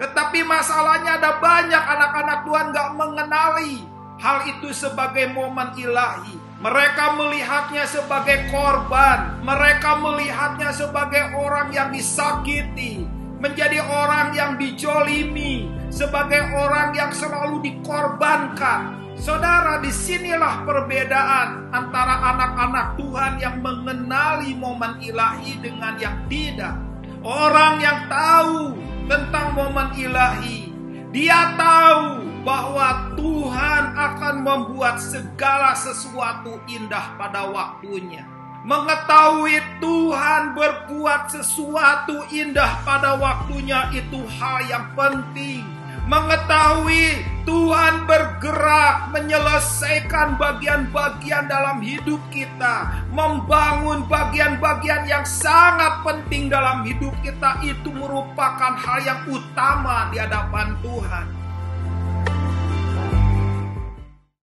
Tetapi masalahnya ada banyak anak-anak Tuhan gak mengenali hal itu sebagai momen ilahi. Mereka melihatnya sebagai korban. Mereka melihatnya sebagai orang yang disakiti, menjadi orang yang dijolimi, sebagai orang yang selalu dikorbankan. Saudara, disinilah perbedaan antara anak-anak Tuhan yang mengenali momen ilahi dengan yang tidak. Orang yang tahu tentang momen ilahi, dia tahu bahwa Tuhan akan membuat segala sesuatu indah pada waktunya. Mengetahui Tuhan berbuat sesuatu indah pada waktunya itu hal yang penting. Mengetahui Tuhan bergerak menyelesaikan bagian-bagian dalam hidup kita, membangun bagian-bagian yang sangat penting dalam hidup kita, itu merupakan hal yang utama di hadapan Tuhan.